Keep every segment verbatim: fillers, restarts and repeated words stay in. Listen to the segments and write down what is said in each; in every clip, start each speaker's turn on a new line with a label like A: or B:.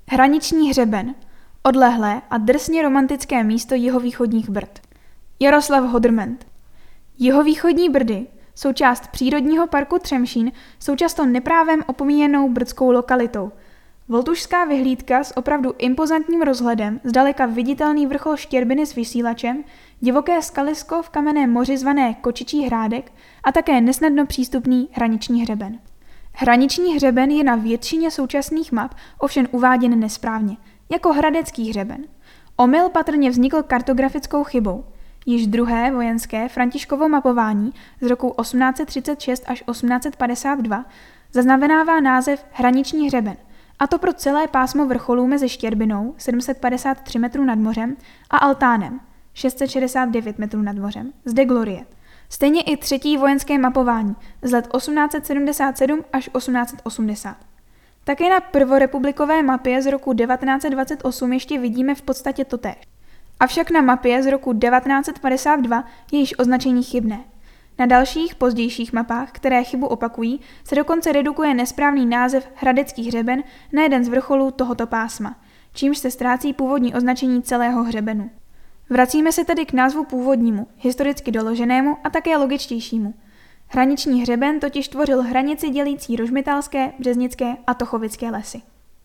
A: Hraniční hřeben. Odlehlé a drsně romantické místo jihovýchodních Brd. Jaroslav Hodrment. Jihovýchodní Brdy, součást přírodního parku Třemšín, jsou často neprávem opomíjenou brdskou lokalitou. Voltušská vyhlídka s opravdu impozantním rozhledem, zdaleka viditelný vrchol Štěrbiny s vysílačem, divoké skalisko v kamenném moři zvané Kočičí hrádek a také nesnadno přístupný hraniční hřeben. Hraniční hřeben je na většině současných map ovšem uváděn nesprávně, jako Hradecký hřeben. Omyl patrně vznikl kartografickou chybou. Již druhé vojenské Františkovo mapování z roku osmnáct set třicet šest až osmnáct set padesát dva zaznamenává název Hraniční hřeben, a to pro celé pásmo vrcholů mezi Štěrbinou sedm set padesát tři metrů nad mořem a Altánem šest set šedesát devět metrů nad mořem, zde Gloriet. Stejně i třetí vojenské mapování z let osmnáct set sedmdesát sedm až osmnáct set osmdesát. Také na prvorepublikové mapě z roku devatenáct set dvacet osm ještě vidíme v podstatě totéž. Avšak na mapě z roku devatenáct set padesát dva je již označení chybné. Na dalších pozdějších mapách, které chybu opakují, se dokonce redukuje nesprávný název Hradecký hřeben na jeden z vrcholů tohoto pásma, čímž se ztrácí původní označení celého hřebenu. Vracíme se tedy k názvu původnímu, historicky doloženému a také logičtějšímu. Hraniční hřeben totiž tvořil hranici dělící Rožmitálské, Březnické a Tochovické lesy.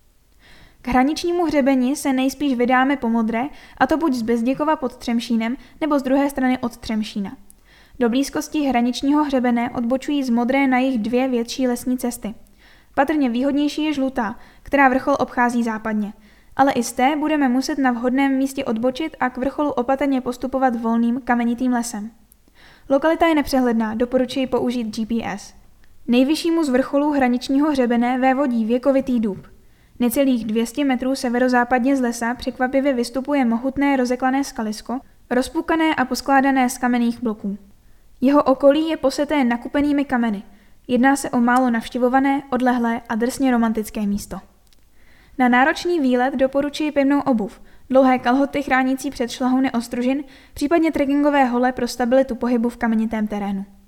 A: K hraničnímu hřebeni se nejspíš vydáme po modré, a to buď z Bezděkova pod Třemšínem, nebo z druhé strany od Třemšína. Do blízkosti hraničního hřebene odbočují z modré na jih dvě větší lesní cesty. Patrně výhodnější je žlutá, která vrchol obchází západně. Ale i z té budeme muset na vhodném místě odbočit a k vrcholu opatrně postupovat volným kamenitým lesem. Lokalita je nepřehledná, doporučuji použít G P S. Nejvyššímu z vrcholů hraničního hřebene vévodí Věkovitý dub. Necelých dvě stě metrů severozápadně z lesa překvapivě vystupuje mohutné rozeklané skalisko, rozpukané a poskládané z kamenných bloků. Jeho okolí je poseté nakupenými kameny. Jedná se o málo navštěvované, odlehlé a drsně romantické místo. Na náročný výlet doporučuji pevnou obuv, dlouhé kalhoty chránící před šlahouny ostružin, případně trekkingové hole pro stabilitu pohybu v kamenitém terénu.